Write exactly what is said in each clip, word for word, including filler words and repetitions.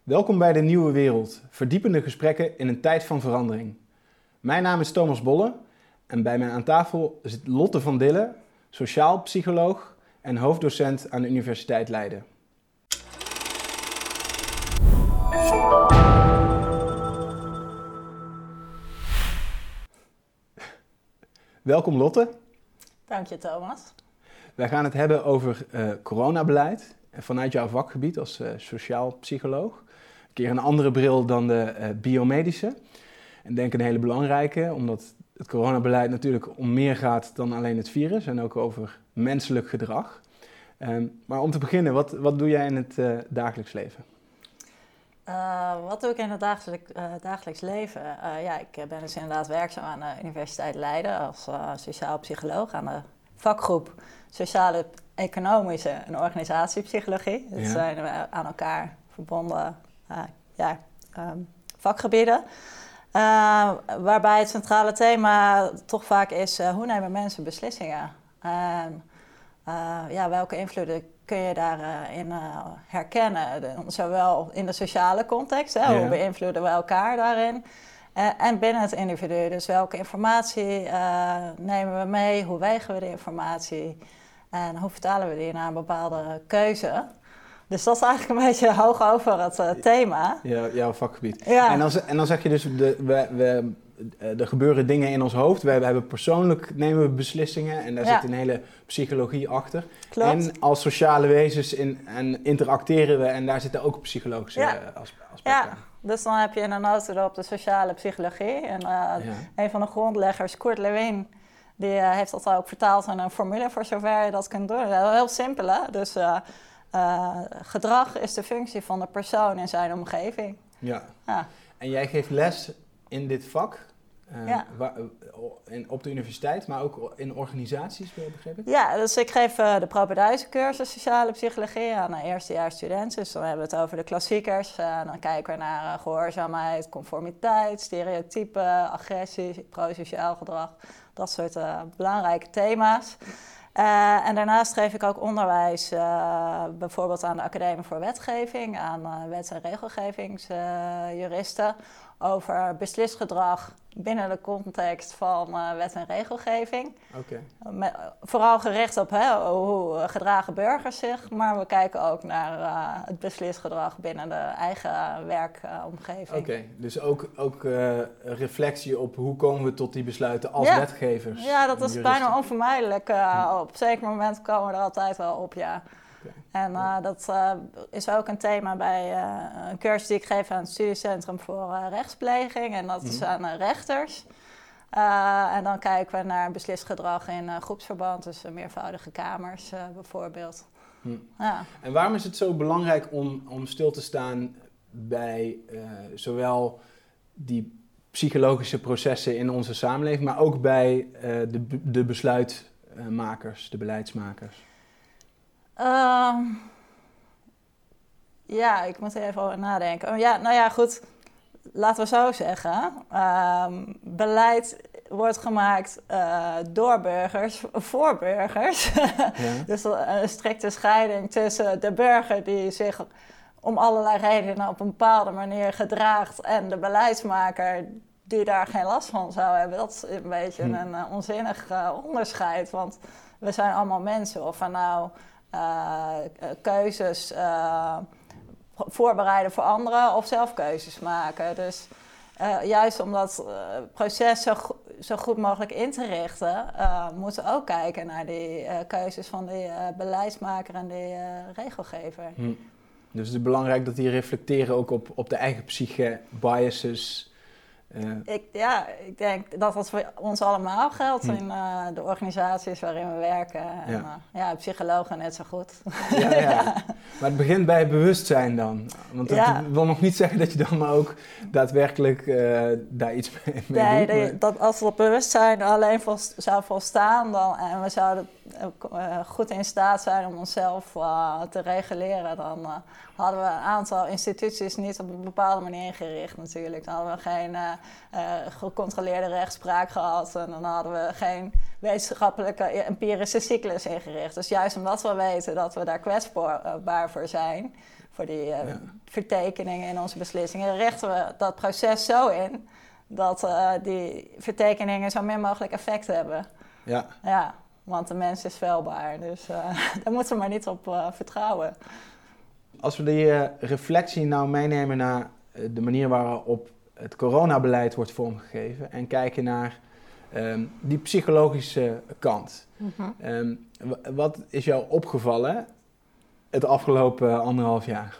Welkom bij De Nieuwe Wereld, verdiepende gesprekken in een tijd van verandering. Mijn naam is Thomas Bolle en bij mij aan tafel zit Lotte van Dille, sociaal psycholoog en hoofddocent aan de Universiteit Leiden. Welkom Lotte. Dank je Thomas. Wij gaan het hebben over uh, coronabeleid vanuit jouw vakgebied als uh, sociaal psycholoog. Een keer een andere bril dan de uh, biomedische. En denk een hele belangrijke, omdat het coronabeleid natuurlijk om meer gaat dan alleen het virus en ook over menselijk gedrag. Um, maar om te beginnen, wat, wat doe jij in het uh, dagelijks leven? Uh, wat doe ik in het dagelijks, uh, dagelijks leven? Uh, ja, ik ben dus inderdaad werkzaam aan de Universiteit Leiden als uh, sociaal psycholoog aan de vakgroep Sociale, Economische en Organisatiepsychologie. Dat ja. zijn we aan elkaar verbonden uh, ja, um, vakgebieden. Uh, waarbij het centrale thema toch vaak is, uh, hoe nemen mensen beslissingen? Uh, uh, ja, welke invloeden kun je daarin uh, uh, herkennen? De, zowel in de sociale context, hè, ja. hoe beïnvloeden we elkaar daarin? Uh, en binnen het individu, dus welke informatie uh, nemen we mee? Hoe wegen we de informatie? En hoe vertalen we die naar een bepaalde keuze? Dus dat is eigenlijk een beetje hoog over het uh, thema. Ja, jouw vakgebied. Ja. En, dan, en dan zeg je dus, de, we, we, er gebeuren dingen in ons hoofd. We hebben persoonlijk nemen we beslissingen en daar ja. zit een hele psychologie achter. Klopt. En als sociale wezens in, en interacteren we en daar zitten ook psychologische ja. aspecten ja. aan. Dus dan heb je in een notendop de sociale psychologie. En uh, ja. een van de grondleggers, Kurt Lewin, die uh, heeft dat ook vertaald in een formule voor zover je dat kunt doen. Heel simpel, hè? Dus uh, uh, gedrag is de functie van de persoon in zijn omgeving. Ja. ja. En jij geeft les in dit vak, uh, ja. waar, in, op de universiteit, maar ook in organisaties, begreep ik? Ja, dus ik geef uh, de propedeuse cursus sociale psychologie aan de eerstejaarsstudenten. Dus dan hebben we het over de klassiekers. Uh, dan kijken we naar uh, gehoorzaamheid, conformiteit, stereotypen, agressie, prosociaal gedrag. Dat soort uh, belangrijke thema's. Uh, en daarnaast geef ik ook onderwijs, uh, bijvoorbeeld aan de Academie voor Wetgeving, aan uh, wets- en regelgevingsjuristen, uh, over beslisgedrag binnen de context van uh, wet en regelgeving. Okay. Met, vooral gericht op hè, hoe gedragen burgers zich, maar we kijken ook naar uh, het beslisgedrag binnen de eigen werkomgeving. Oké, okay. Dus ook, ook uh, reflectie op hoe komen we tot die besluiten als ja. wetgevers? Ja, dat is juristen. bijna onvermijdelijk. Uh, ja. Op een zeker moment komen we er altijd wel op, ja. Okay. En uh, dat uh, is ook een thema bij uh, een cursus die ik geef aan het Studiecentrum voor uh, Rechtspleging. En dat mm. is aan uh, rechters. Uh, en dan kijken we naar beslisgedrag in uh, groepsverband, dus uh, meervoudige kamers uh, bijvoorbeeld. Mm. Ja. En waarom is het zo belangrijk om, om stil te staan bij uh, zowel die psychologische processen in onze samenleving, maar ook bij uh, de, de besluitmakers, de beleidsmakers? Uh, ja, ik moet er even over nadenken. Oh, ja, nou ja, goed. Laten we zo zeggen. Uh, beleid wordt gemaakt uh, door burgers, voor burgers. Ja. Dus een strikte scheiding tussen de burger die zich om allerlei redenen op een bepaalde manier gedraagt en de beleidsmaker die daar geen last van zou hebben. Dat is een beetje hm. een uh, onzinnig uh, onderscheid, want we zijn allemaal mensen. Of er nou uh, keuzes uh, voorbereiden voor anderen of zelf keuzes maken. Dus uh, juist om dat uh, proces zo, go- zo goed mogelijk in te richten, uh, moeten we ook kijken naar die uh, keuzes van die uh, beleidsmaker en die uh, regelgever. Hm. Dus het is belangrijk dat die reflecteren ook op, op de eigen psyche, biases. Uh. Ik, ja, ik denk dat dat voor ons allemaal geldt hm. in uh, de organisaties waarin we werken. En, ja. Uh, ja, psychologen net zo goed. Ja, ja. Ja. Maar het begint bij het bewustzijn dan. Want dat ja. wil nog niet zeggen dat je dan ook daadwerkelijk uh, daar iets mee, mee nee, doet. Nee, dat als dat bewustzijn alleen vol, zou volstaan dan, en we zouden uh, goed in staat zijn om onszelf uh, te reguleren, dan uh, hadden we een aantal instituties niet op een bepaalde manier ingericht natuurlijk. Dan hadden we geen uh, uh, gecontroleerde rechtspraak gehad en dan hadden we geen wetenschappelijke empirische cyclus ingericht. Dus juist omdat we weten dat we daar kwetsbaar voor zijn voor die uh, ja. vertekeningen in onze beslissingen, richten we dat proces zo in dat uh, die vertekeningen zo min mogelijk effect hebben. Ja. Ja, want de mens is feilbaar, dus uh, daar moeten we maar niet op uh, vertrouwen. Als we die uh, reflectie nou meenemen naar uh, de manier waarop het coronabeleid wordt vormgegeven en kijken naar um, die psychologische kant. Mm-hmm. Um, w- wat is jou opgevallen het afgelopen anderhalf jaar?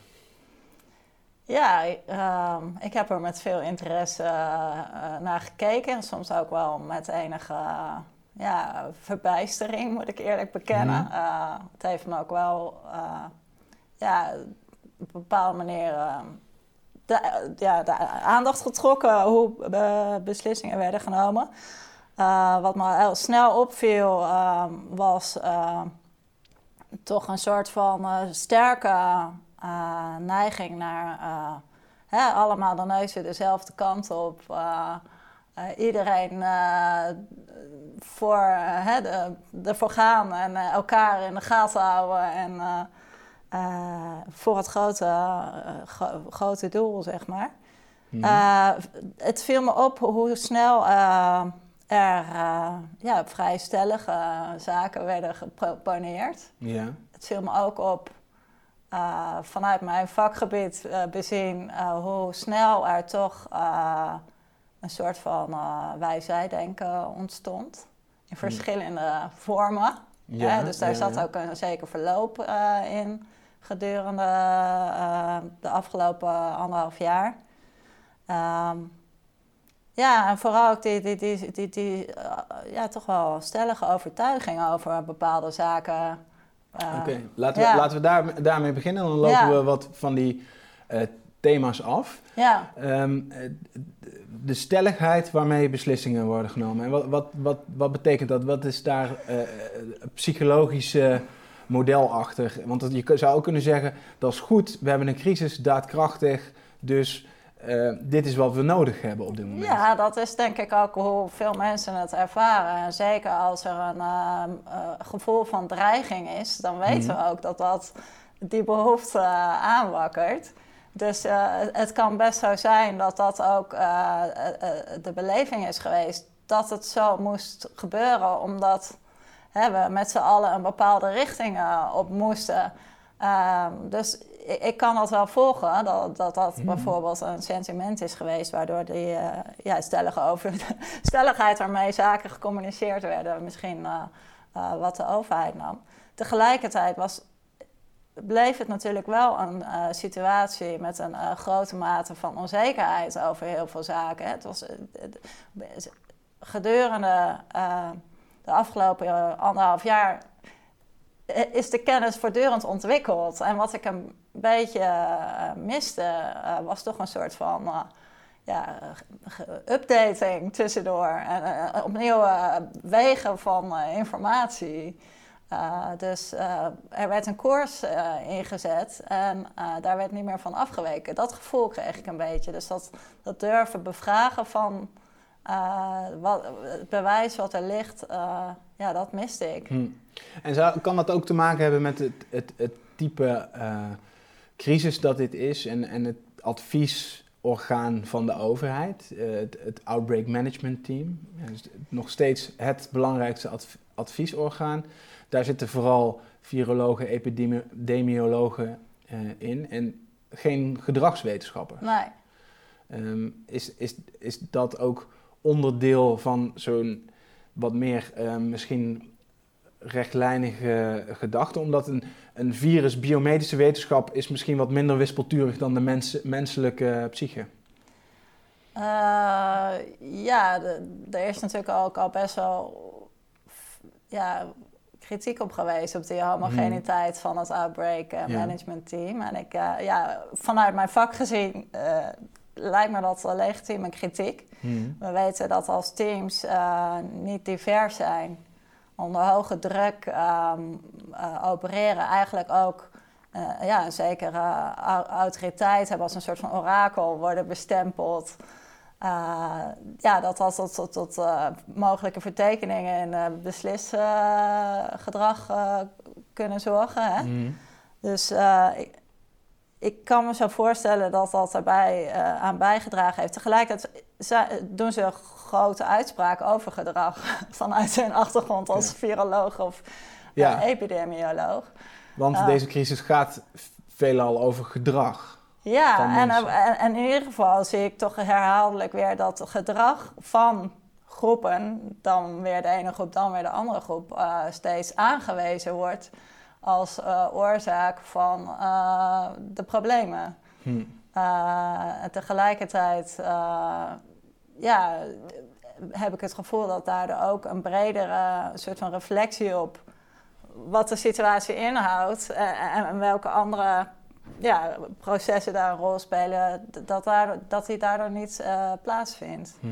Ja, uh, ik heb er met veel interesse uh, uh, naar gekeken en soms ook wel met enige uh, ja, verbijstering, moet ik eerlijk bekennen. Mm. Uh, het heeft me ook wel uh, ja, op een bepaalde manier uh, de, ja, de aandacht getrokken hoe uh, beslissingen werden genomen. Uh, wat me heel snel opviel uh, was uh, toch een soort van uh, sterke uh, neiging naar uh, hè, allemaal de neuzen dezelfde kant op. Uh, uh, iedereen uh, voor, uh, hè, de, ervoor gaan en uh, elkaar in de gaten houden en uh, uh, voor het grote, uh, gro- grote doel, zeg maar. Mm. Uh, het viel me op hoe snel uh, er uh, ja, vrij stellige uh, zaken werden geproponeerd. Ja. Het viel me ook op uh, vanuit mijn vakgebied uh, bezien uh, hoe snel er toch uh, een soort van uh, wij-zij-denken ontstond. In verschillende mm. vormen. Ja, hè? Dus daar ja, zat ja. ook een zeker verloop uh, in gedurende uh, de afgelopen anderhalf jaar. Um, ja, en vooral ook die, die, die, die, die uh, ja, toch wel stellige overtuiging over bepaalde zaken. Uh, Oké, okay. laten, ja. laten we daar, daarmee beginnen. Dan lopen ja. we wat van die uh, thema's af. Ja. Um, de stelligheid waarmee beslissingen worden genomen. En wat, wat, wat, wat betekent dat? Wat is daar uh, psychologische model achter? Want je zou ook kunnen zeggen, dat is goed, we hebben een crisis, daadkrachtig, dus uh, dit is wat we nodig hebben op dit moment. Ja, dat is denk ik ook hoe veel mensen het ervaren. En zeker als er een uh, uh, gevoel van dreiging is, dan weten mm-hmm. we ook dat dat die behoefte uh, aanwakkert. Dus uh, het kan best zo zijn dat dat ook uh, uh, de beleving is geweest dat het zo moest gebeuren, omdat hè, we met z'n allen een bepaalde richting uh, op moesten. Uh, dus ik, ik kan dat wel volgen, dat dat, dat mm. bijvoorbeeld een sentiment is geweest waardoor die uh, ja, stellige over de stelligheid waarmee zaken gecommuniceerd werden misschien uh, uh, wat de overheid nam. Tegelijkertijd was bleef het natuurlijk wel een uh, situatie met een uh, grote mate van onzekerheid over heel veel zaken. Hè. Het was uh, gedurende uh, de afgelopen uh, anderhalf jaar is de kennis voortdurend ontwikkeld. En wat ik een beetje uh, miste, uh, was toch een soort van uh, ja, updating tussendoor. En uh, opnieuw uh, wegen van uh, informatie. Uh, dus uh, er werd een koers uh, ingezet en uh, daar werd niet meer van afgeweken. Dat gevoel kreeg ik een beetje. Dus dat, dat durven bevragen van uh, wat, het bewijs wat er ligt, uh, ja, dat miste ik. Hmm. En zou, kan dat ook te maken hebben met het, het, het type uh, crisis dat dit is en, en het adviesorgaan van de overheid, uh, het, het Outbreak Management Team, dus nog steeds het belangrijkste adv- adviesorgaan. Daar zitten vooral virologen, epidemiologen uh, in en geen gedragswetenschappers. Nee. Um, is, is, is dat ook onderdeel van zo'n wat meer uh, misschien rechtlijnige gedachte? Omdat een, een virus, biomedische wetenschap, is misschien wat minder wispelturig dan de mens, menselijke psyche. Uh, ja, de, er is natuurlijk ook al best wel ja, kritiek op geweest op die homogeniteit hmm. van het Outbreak uh, Management Team. En ik, uh, ja, vanuit mijn vak gezien uh, lijkt me dat legitieme kritiek. Hmm. We weten dat als teams uh, niet divers zijn, onder hoge druk um, uh, opereren, eigenlijk ook uh, ja, een zekere uh, autoriteit hebben als een soort van orakel, worden bestempeld. Uh, ja, dat dat tot, tot, tot uh, mogelijke vertekeningen in uh, beslisgedrag uh, uh, kunnen zorgen. Hè? Mm. Dus uh, ik, ik kan me zo voorstellen dat dat erbij uh, aan bijgedragen heeft. Tegelijkertijd doen ze grote uitspraken over gedrag vanuit hun achtergrond als ja. viroloog of ja. uh, epidemioloog. Want uh, deze crisis gaat veelal over gedrag. Ja, en, en, en in ieder geval zie ik toch herhaaldelijk weer dat het gedrag van groepen, dan weer de ene groep, dan weer de andere groep, uh, steeds aangewezen wordt als uh, oorzaak van uh, de problemen. Hm. Uh, en tegelijkertijd uh, ja, heb ik het gevoel dat daardoor ook een bredere soort van reflectie op wat de situatie inhoudt en, en welke andere ja, processen daar een rol spelen, dat, daardoor, dat die daardoor niet uh, plaatsvindt. Hm.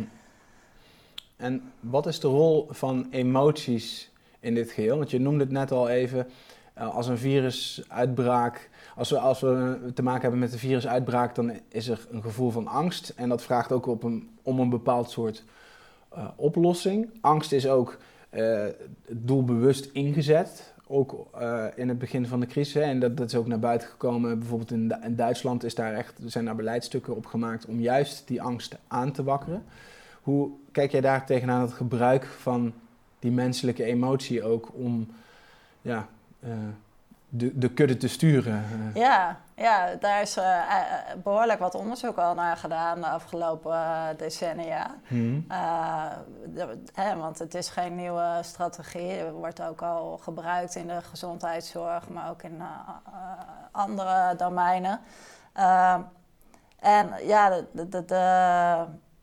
En wat is de rol van emoties in dit geheel? Want je noemde het net al even, uh, als een virusuitbraak, als we, als we te maken hebben met een virusuitbraak, dan is er een gevoel van angst. En dat vraagt ook op een, om een bepaald soort uh, oplossing. Angst is ook uh, doelbewust ingezet. Ook uh, in het begin van de crisis. Hè, en dat, dat is ook naar buiten gekomen. Bijvoorbeeld in, Du- in Duitsland is daar echt, zijn daar beleidsstukken op gemaakt om juist die angst aan te wakkeren. Hoe kijk jij daar tegenaan het gebruik van die menselijke emotie ook om ja, uh, de, de kudde te sturen? Ja, ja, daar is uh, behoorlijk wat onderzoek al naar gedaan de afgelopen uh, decennia. Hmm. Uh, de, hè, want het is geen nieuwe strategie. Het wordt ook al gebruikt in de gezondheidszorg, maar ook in uh, uh, andere domeinen. Uh, en ja, de... de, de, de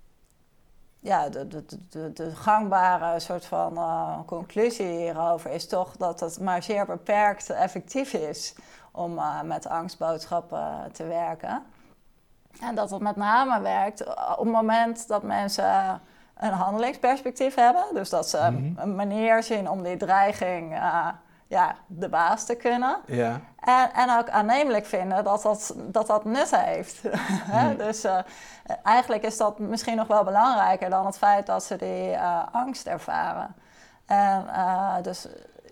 Ja, de, de, de, de gangbare soort van uh, conclusie hierover is toch dat het maar zeer beperkt effectief is om uh, met angstboodschappen te werken. En dat het met name werkt op het moment dat mensen een handelingsperspectief hebben. Dus dat ze mm-hmm. een manier zien om die dreiging uh, ja, de baas te kunnen. Ja. En, en ook aannemelijk vinden dat dat, dat, dat nut heeft. Mm. Dus uh, eigenlijk is dat misschien nog wel belangrijker dan het feit dat ze die uh, angst ervaren. En uh, dus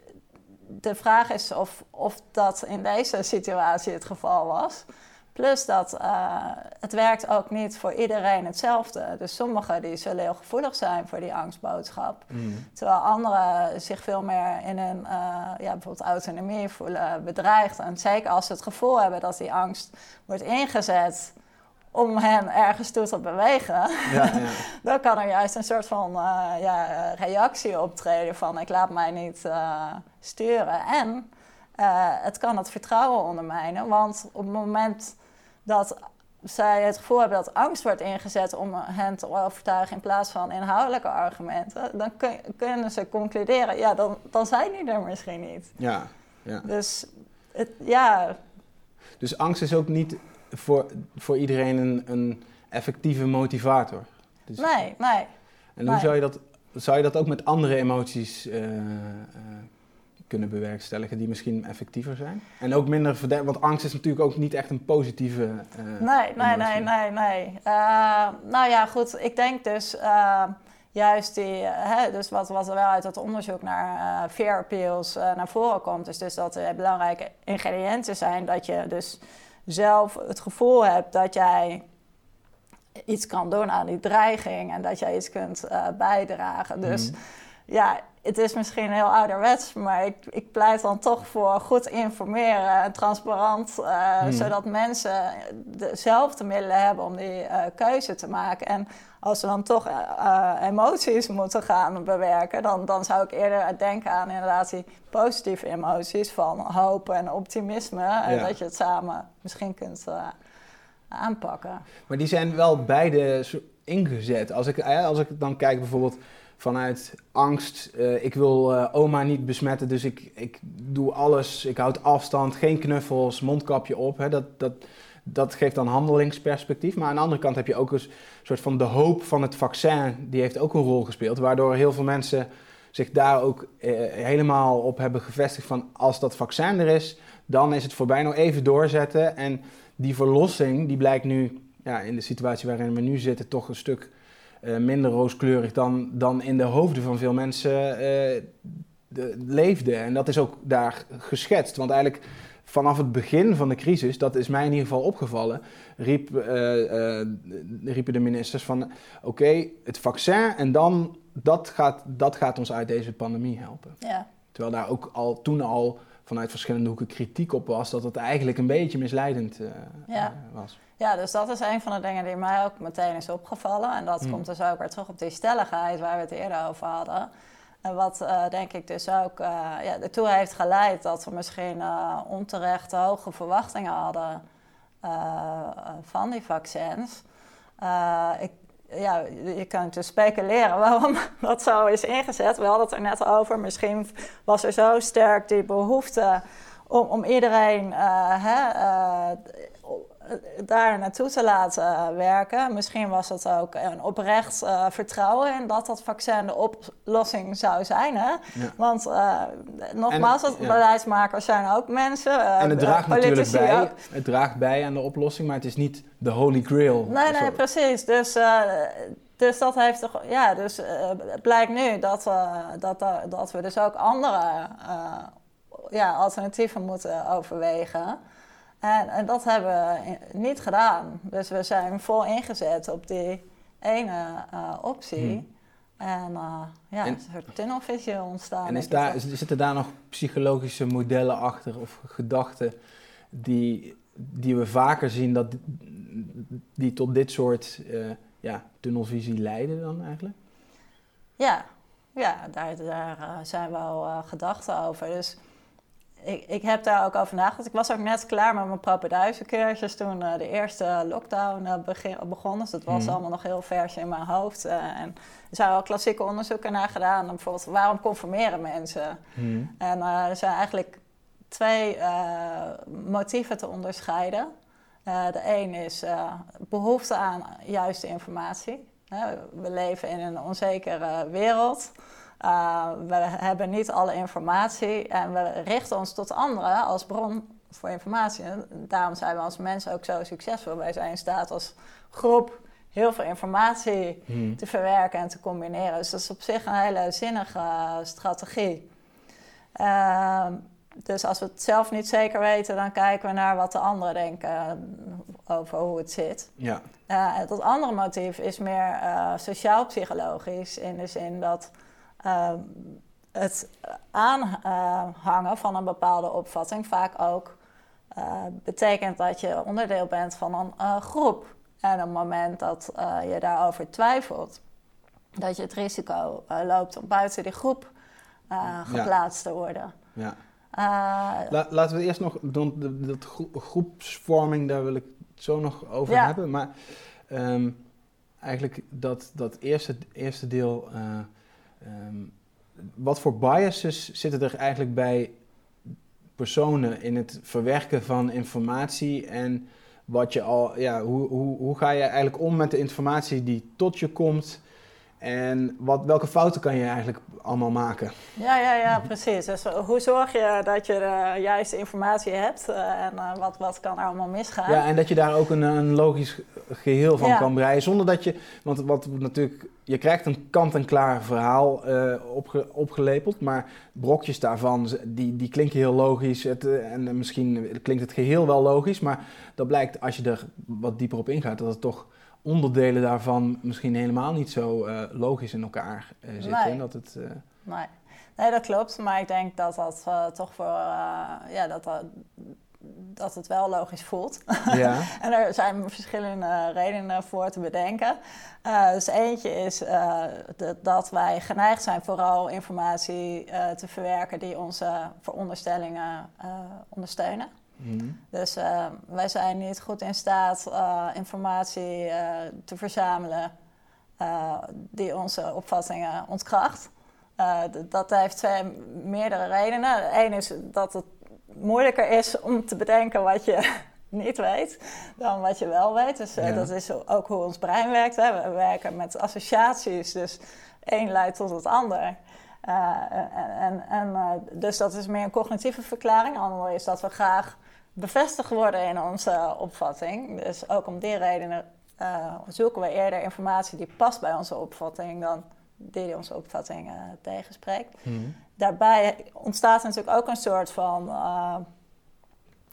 de vraag is of, of dat in deze situatie het geval was. Plus dat uh, het werkt ook niet voor iedereen hetzelfde. Dus sommigen die zullen heel gevoelig zijn voor die angstboodschap. Mm. Terwijl anderen zich veel meer in hun uh, ja, bijvoorbeeld autonomie voelen bedreigd. En zeker als ze het gevoel hebben dat die angst wordt ingezet om hen ergens toe te bewegen. Ja, ja. Dan kan er juist een soort van uh, ja, reactie optreden van ik laat mij niet uh, sturen. En uh, het kan het vertrouwen ondermijnen, want op het moment dat zij het gevoel hebben dat angst wordt ingezet om hen te overtuigen in plaats van inhoudelijke argumenten, dan kun, kunnen ze concluderen, ja, dan, dan zijn die er misschien niet. Ja, ja. Dus, het, ja. Dus angst is ook niet voor, voor iedereen een, een effectieve motivator? Dus, nee, nee. En hoe nee. zou je dat, zou je dat ook met andere emoties uh, uh, kunnen bewerkstelligen die misschien effectiever zijn? En ook minder verder, want angst is natuurlijk ook niet echt een positieve uh, Nee, nee, nee, nee, nee. Uh, nou ja, goed, ik denk dus uh, juist die, uh, hè, dus wat, wat er wel uit het onderzoek naar uh, fear appeals uh, naar voren komt, is dus dat er belangrijke ingrediënten zijn dat je dus zelf het gevoel hebt dat jij iets kan doen aan die dreiging en dat jij iets kunt uh, bijdragen. Dus mm. ja, het is misschien heel ouderwets, maar ik, ik pleit dan toch voor goed informeren en transparant, uh, mm. zodat mensen dezelfde middelen hebben om die uh, keuze te maken. En als ze dan toch uh, emoties moeten gaan bewerken, dan, dan zou ik eerder denken aan inderdaad die positieve emoties van hoop en optimisme. Ja. En dat je het samen misschien kunt uh, aanpakken. Maar die zijn wel beide ingezet. Als ik, als ik dan kijk bijvoorbeeld vanuit angst, uh, ik wil uh, oma niet besmetten, dus ik, ik doe alles, ik houd afstand, geen knuffels, mondkapje op. Hè, dat, dat, dat geeft dan handelingsperspectief. Maar aan de andere kant heb je ook een soort van de hoop van het vaccin, die heeft ook een rol gespeeld, waardoor heel veel mensen zich daar ook uh, helemaal op hebben gevestigd van als dat vaccin er is, dan is het voorbij, nog even doorzetten. En die verlossing, die blijkt nu ja, in de situatie waarin we nu zitten toch een stuk uh, minder rooskleurig dan, dan in de hoofden van veel mensen uh, de, leefde. En dat is ook daar geschetst. Want eigenlijk vanaf het begin van de crisis, dat is mij in ieder geval opgevallen, riep, uh, uh, riepen de ministers van oké, okay, het vaccin en dan, dat gaat, dat gaat ons uit deze pandemie helpen. Ja. Terwijl daar ook al toen al vanuit verschillende hoeken kritiek op was, dat het eigenlijk een beetje misleidend uh, ja. uh, was. Ja, dus dat is een van de dingen die mij ook meteen is opgevallen. En dat hmm. komt dus ook weer terug op die stelligheid waar we het eerder over hadden. En wat uh, denk ik dus ook uh, ja, ertoe heeft geleid dat we misschien uh, onterecht hoge verwachtingen hadden uh, van die vaccins. Uh, ik, ja, je kunt dus speculeren waarom dat zo is ingezet. We hadden het er net over. Misschien was er zo sterk die behoefte om, om iedereen uh, hè, uh, daar naartoe te laten werken. Misschien was het ook een oprecht uh, vertrouwen in dat dat vaccin de oplossing zou zijn. Hè? Ja. Want uh, nogmaals, en, ja. beleidsmakers zijn ook mensen. Uh, en het draagt natuurlijk bij. Ook. Het draagt bij aan de oplossing, maar het is niet de holy grail. Nee, nee, precies. Dus, uh, dus dat heeft toch. Ja, dus uh, het blijkt nu dat, uh, dat, uh, dat we dus ook andere uh, ja, alternatieven moeten overwegen. En, en dat hebben we niet gedaan. Dus we zijn vol ingezet op die ene uh, optie. Hmm. En uh, ja, en, een soort tunnelvisie ontstaan. En is daar, zitten daar nog psychologische modellen achter of gedachten die, die we vaker zien dat die tot dit soort uh, ja, tunnelvisie leiden dan eigenlijk? Ja, ja daar, daar uh, zijn wel uh, gedachten over. Dus Ik, ik heb daar ook over nagedacht. Ik was ook net klaar met mijn propeduizencursus toen uh, de eerste lockdown uh, begin, begon. Dus dat was hmm. allemaal nog heel vers in mijn hoofd. Uh, en er zijn wel klassieke onderzoeken naar gedaan. Bijvoorbeeld, waarom conformeren mensen? Hmm. En uh, er zijn eigenlijk twee uh, motieven te onderscheiden. Uh, de een is uh, behoefte aan juiste informatie. Uh, we leven in een onzekere wereld. Uh, we hebben niet alle informatie en we richten ons tot anderen als bron voor informatie. En daarom zijn we als mensen ook zo succesvol. Wij zijn in staat als groep heel veel informatie hmm. te verwerken en te combineren. Dus dat is op zich een hele zinnige uh, strategie. Uh, dus als we het zelf niet zeker weten, dan kijken we naar wat de anderen denken over hoe het zit. Ja. Uh, het andere motief is meer uh, sociaal-psychologisch in de zin dat Uh, het aanhangen van een bepaalde opvatting vaak ook uh, betekent dat je onderdeel bent van een uh, groep. En op het moment dat uh, je daarover twijfelt, dat je het risico uh, loopt om buiten die groep uh, geplaatst ja. te worden. Ja. Uh, La, laten we eerst nog, dat, dat groepsvorming, daar wil ik het zo nog over ja. hebben. Maar um, eigenlijk dat, dat eerste, eerste deel... Uh, Um, wat voor biases zitten er eigenlijk bij personen in het verwerken van informatie en wat je al, ja, hoe, hoe, hoe ga je eigenlijk om met de informatie die tot je komt en wat, welke fouten kan je eigenlijk allemaal maken? Ja, ja, ja, precies. Dus hoe zorg je dat je de juiste informatie hebt uh, en uh, wat, wat kan er allemaal misgaan? Ja, en dat je daar ook een, een logisch geheel van ja. kan breien, zonder dat je, want wat natuurlijk, je krijgt een kant-en-klaar verhaal uh, opge, opgelepeld, maar brokjes daarvan, die, die klinken heel logisch het, uh, en misschien klinkt het geheel wel logisch, maar dat blijkt als je er wat dieper op ingaat, dat het toch onderdelen daarvan misschien helemaal niet zo uh, logisch in elkaar uh, zitten. Nee. Dat het, uh... nee. nee, dat klopt. Maar ik denk dat dat uh, toch voor... Uh, ja, dat, uh, dat het wel logisch voelt. Ja. En er zijn verschillende redenen voor te bedenken. Uh, dus eentje is uh, de, dat wij geneigd zijn vooral informatie uh, te verwerken die onze veronderstellingen uh, ondersteunen. Mm. Dus uh, wij zijn niet goed in staat uh, informatie uh, te verzamelen uh, die onze opvattingen ontkracht. Uh, d- dat heeft twee meerdere redenen. Eén is dat het moeilijker is om te bedenken wat je niet weet dan wat je wel weet. Dus uh, ja. dat is ook hoe ons brein werkt. Hè. We werken met associaties, dus één leidt tot het ander. Uh, en, en, uh, dus dat is meer een cognitieve verklaring. De andere is dat we graag bevestigd worden in onze opvatting. Dus ook om die redenen uh, zoeken we eerder informatie die past bij onze opvatting dan die, die onze opvatting uh, tegenspreekt. Mm. Daarbij ontstaat natuurlijk ook een soort van uh,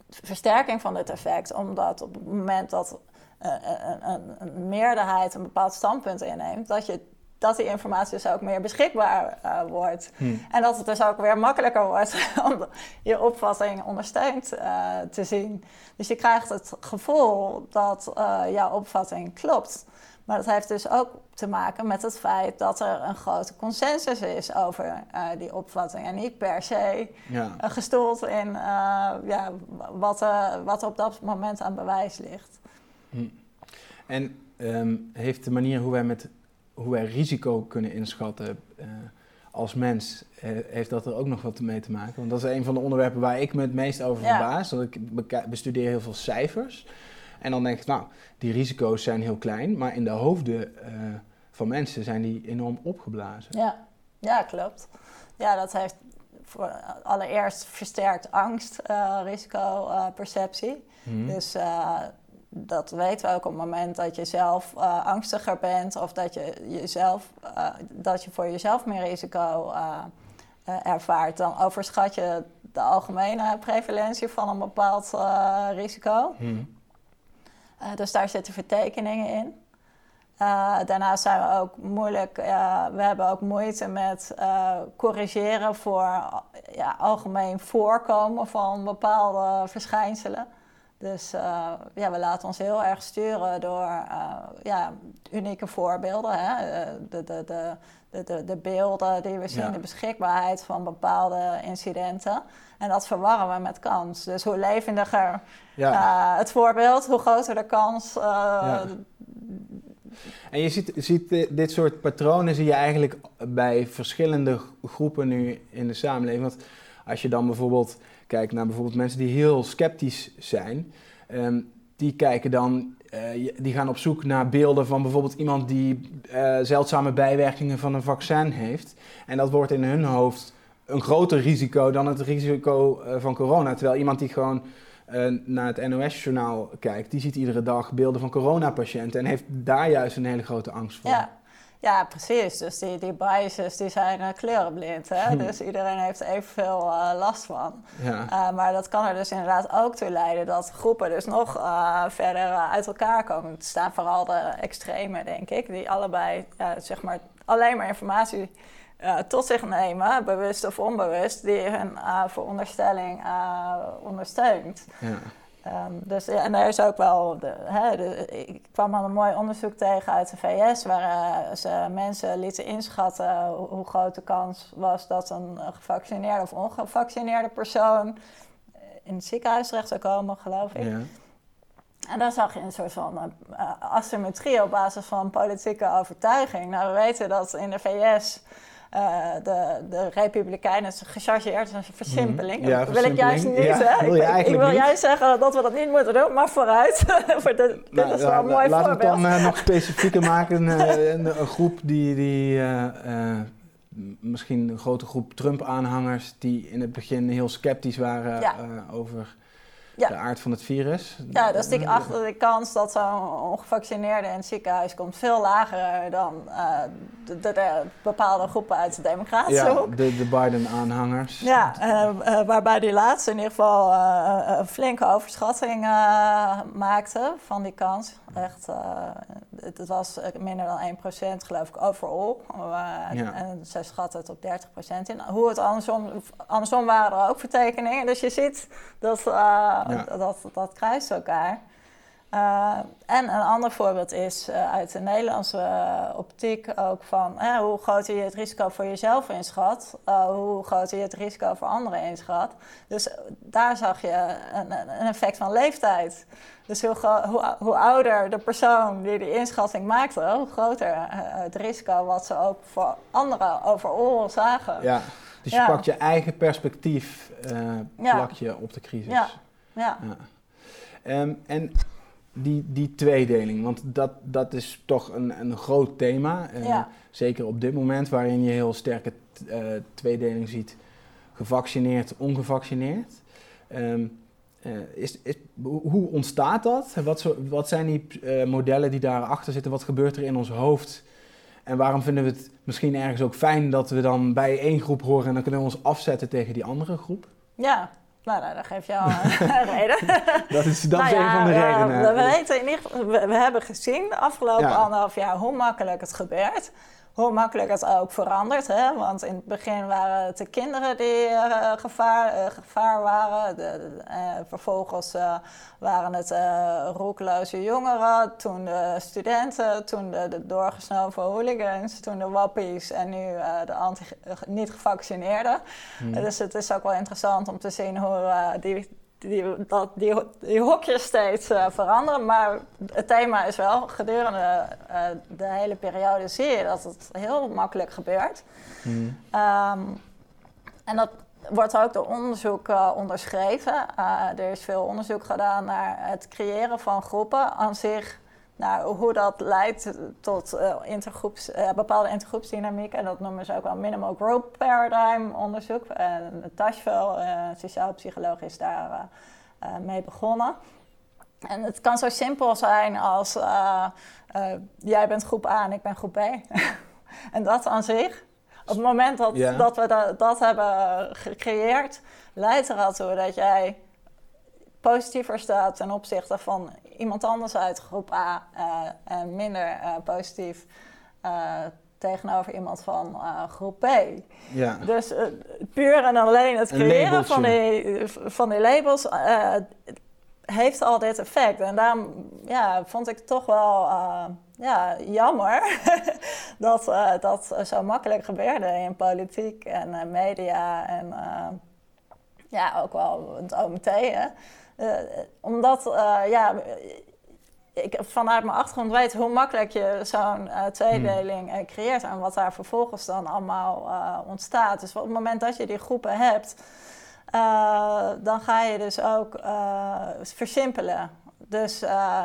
versterking van dit effect, omdat op het moment dat uh, een, een, een meerderheid een bepaald standpunt inneemt, dat, je, dat die informatie dus ook meer beschikbaar uh, wordt. Hmm. En dat het dus ook weer makkelijker wordt om je opvatting ondersteund uh, te zien. Dus je krijgt het gevoel dat uh, jouw opvatting klopt. Maar dat heeft dus ook te maken met het feit dat er een grote consensus is over uh, die opvatting. En niet per se ja. uh, gestoeld in uh, ja, wat, uh, wat op dat moment aan bewijs ligt. Hm. En um, heeft de manier hoe wij, met, hoe wij risico kunnen inschatten uh, als mens, uh, heeft dat er ook nog wat mee te maken? Want dat is een van de onderwerpen waar ik me het meest over ja. verbaas. Dat ik beka- bestudeer heel veel cijfers. En dan denk ik, nou, die risico's zijn heel klein, maar in de hoofden uh, van mensen zijn die enorm opgeblazen. Ja, ja klopt. Ja, dat heeft voor allereerst versterkt angst, uh, risicoperceptie. Uh, hmm. Dus uh, dat weten we ook op het moment dat je zelf uh, angstiger bent of dat je, jezelf, uh, dat je voor jezelf meer risico uh, uh, ervaart. Dan overschat je de algemene prevalentie van een bepaald uh, risico. Hmm. Uh, dus daar zitten vertekeningen in. Uh, daarnaast zijn we ook moeilijk, uh, we hebben ook moeite met uh, corrigeren voor uh, ja, algemeen voorkomen van bepaalde verschijnselen. Dus uh, ja, we laten ons heel erg sturen door uh, ja, unieke voorbeelden. Hè? De, de, de, de, de, de beelden die we zien, ja. de beschikbaarheid van bepaalde incidenten. En dat verwarren we met kans. Dus hoe levendiger ja. uh, het voorbeeld, hoe groter de kans. Uh, ja. En je ziet, ziet dit soort patronen zie je eigenlijk bij verschillende groepen nu in de samenleving. Want als je dan bijvoorbeeld kijkt naar bijvoorbeeld mensen die heel sceptisch zijn, um, die kijken dan, uh, die gaan op zoek naar beelden van bijvoorbeeld iemand die uh, zeldzame bijwerkingen van een vaccin heeft. En dat wordt in hun hoofd een groter risico dan het risico uh, van corona. Terwijl iemand die gewoon uh, naar het N O S-journaal kijkt, die ziet iedere dag beelden van coronapatiënten en heeft daar juist een hele grote angst voor. Ja, ja precies. Dus die, die biases die zijn uh, kleurenblind. Hè? Hm. Dus iedereen heeft evenveel uh, last van. Ja. Uh, maar dat kan er dus inderdaad ook toe leiden dat groepen dus nog uh, verder uh, uit elkaar komen. Het staan vooral de extremen, denk ik, die allebei uh, zeg maar alleen maar informatie Uh, tot zich nemen, bewust of onbewust, die hun uh, veronderstelling uh, ondersteunt. Ja. Um, dus, ja, en er is ook wel, de, hè, de, ik kwam al een mooi onderzoek tegen uit de V S, waar uh, ze mensen lieten inschatten hoe, hoe groot de kans was dat een gevaccineerde of ongevaccineerde persoon in het ziekenhuis terecht zou komen, geloof ik. Ja. En dan zag je een soort van uh, asymmetrie op basis van politieke overtuiging. Nou, we weten dat in de V S Uh, de, de Republikeinen is gechargeerd, dat is een versimpeling. Ja, dat wil ik juist niet, ja, hè? Wil ik, ik wil niet. juist zeggen dat we dat niet moeten doen, maar vooruit. Voor de, nou, dit is wel een mooi laten voorbeeld. Laten we het dan uh, nog specifieker maken. Uh, een, een groep die, die uh, uh, misschien een grote groep Trump-aanhangers die in het begin heel sceptisch waren ja. uh, over ja. de aard van het virus. Ja, dus die, achter de kans dat zo'n ongevaccineerde in het ziekenhuis komt veel lager dan uh, de, de, de bepaalde groepen uit de democratische ja, hoek. de, de Biden-aanhangers. Ja, uh, uh, waarbij die laatste in ieder geval uh, een flinke overschatting uh, maakte van die kans. Echt, uh, het, het was minder dan één procent geloof ik overall. Uh, ja. En zij schatten het op dertig procent in. Hoe het andersom, andersom waren er ook vertekeningen. Dus je ziet dat uh, ja. dat, dat, dat kruist elkaar. Uh, en een ander voorbeeld is uh, uit de Nederlandse uh, optiek ook van eh, hoe groot je het risico voor jezelf inschat, uh, hoe groot je het risico voor anderen inschat. Dus daar zag je een, een effect van leeftijd. Dus hoe, hoe, hoe ouder de persoon die die inschatting maakte, hoe groter uh, het risico wat ze ook voor anderen overal zagen. Ja, dus je ja. pakt je eigen perspectief, uh, plak je ja. op de crisis. Ja. Ja. ja. Um, en die, die tweedeling, want dat, dat is toch een, een groot thema. Uh, ja. Zeker op dit moment, waarin je heel sterke t, uh, tweedeling ziet. Gevaccineerd, ongevaccineerd. Um, uh, is, is, hoe ontstaat dat? Wat, zo, wat zijn die uh, modellen die daarachter zitten? Wat gebeurt er in ons hoofd? En waarom vinden we het misschien ergens ook fijn dat we dan bij één groep horen en dan kunnen we ons afzetten tegen die andere groep? Ja. Nou, nou, dat geeft jou een reden. Dat is, dat nou is ja, een van de uh, redenen. We, weten in ieder, we, we hebben gezien de afgelopen ja. anderhalf jaar hoe makkelijk het gebeurt. Hoe makkelijk het ook verandert. Hè? Want in het begin waren het de kinderen die uh, gevaar, uh, gevaar waren. De, de, uh, vervolgens uh, waren het uh, roekeloze jongeren. Toen de studenten. Toen de, de doorgesnoven hooligans. Toen de wappies. En nu uh, de anti, uh, niet-gevaccineerden. Hmm. Uh, dus het is ook wel interessant om te zien hoe uh, die... Die, dat, die, die hokjes steeds uh, veranderen, maar het thema is wel, gedurende uh, de hele periode zie je dat het heel makkelijk gebeurt. Mm. Um, en dat wordt ook door onderzoek uh, onderschreven. Uh, er is veel onderzoek gedaan naar het creëren van groepen aan zich, naar hoe dat leidt tot uh, intergroeps, uh, bepaalde intergroepsdynamiek. En dat noemen ze ook wel minimal group paradigm onderzoek. En uh, Tashvel, uh, sociaal psycholoog, is daar uh, uh, mee begonnen. En het kan zo simpel zijn als uh, uh, jij bent groep A en ik ben groep B. En dat aan zich. Op het moment dat, yeah. dat we da- dat hebben gecreëerd, leidt er al toe dat jij positiever staat ten opzichte van iemand anders uit groep A uh, en minder uh, positief uh, tegenover iemand van uh, groep B. Ja. Dus uh, puur en alleen het creëren van die, van die labels uh, heeft al dit effect. En daarom ja, vond ik het toch wel uh, ja, jammer dat uh, dat zo makkelijk gebeurde in politiek en uh, media en uh, ja, ook wel het O M T. Hè. Uh, omdat, uh, ja, ik vanuit mijn achtergrond weet hoe makkelijk je zo'n uh, tweedeling uh, creëert en wat daar vervolgens dan allemaal uh, ontstaat. Dus op het moment dat je die groepen hebt, uh, dan ga je dus ook uh, versimpelen. Dus uh,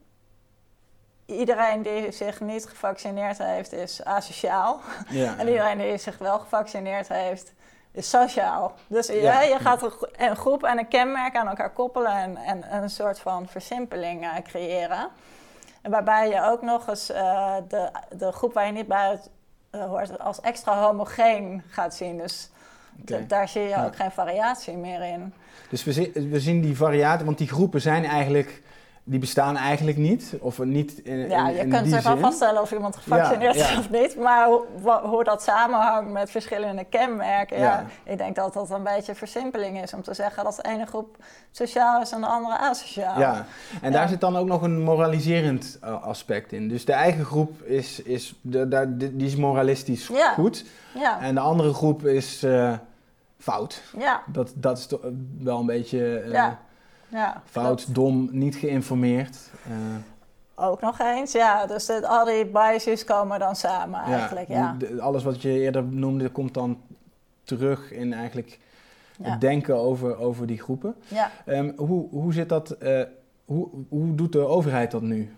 iedereen die zich niet gevaccineerd heeft is asociaal. Ja, en iedereen die zich wel gevaccineerd heeft is sociaal. Dus ja, ja, je gaat een groep en een kenmerk aan elkaar koppelen en, en, en een soort van versimpeling uh, creëren. En waarbij je ook nog eens uh, de, de groep waar je niet bij het, uh, hoort als extra homogeen gaat zien. Dus okay. d- daar zie je ja. ook geen variatie meer in. Dus we, zi- we zien die variatie, want die groepen zijn eigenlijk... Die bestaan eigenlijk niet, of niet in, ja, in, je in kunt die er wel zin. vaststellen of iemand gevaccineerd ja, ja. is of niet. Maar hoe, hoe dat samenhangt met verschillende kenmerken... Ja. Ja, ik denk dat dat een beetje versimpeling is om te zeggen... dat de ene groep sociaal is en de andere asociaal. Ja, en ja. daar zit dan ook nog een moraliserend uh, aspect in. Dus de eigen groep is, is, de, de, die is moralistisch ja. goed. Ja. En de andere groep is uh, fout. Ja. Dat, dat is toch wel een beetje... Uh, ja. Ja, fout, klopt. Dom, niet geïnformeerd. Uh, Ook nog eens, ja. Dus dit, al die biases komen dan samen eigenlijk, ja. ja. De, alles wat je eerder noemde komt dan terug in eigenlijk ja. het denken over, over die groepen. Ja. Um, hoe, hoe zit dat, uh, hoe, hoe doet de overheid dat nu?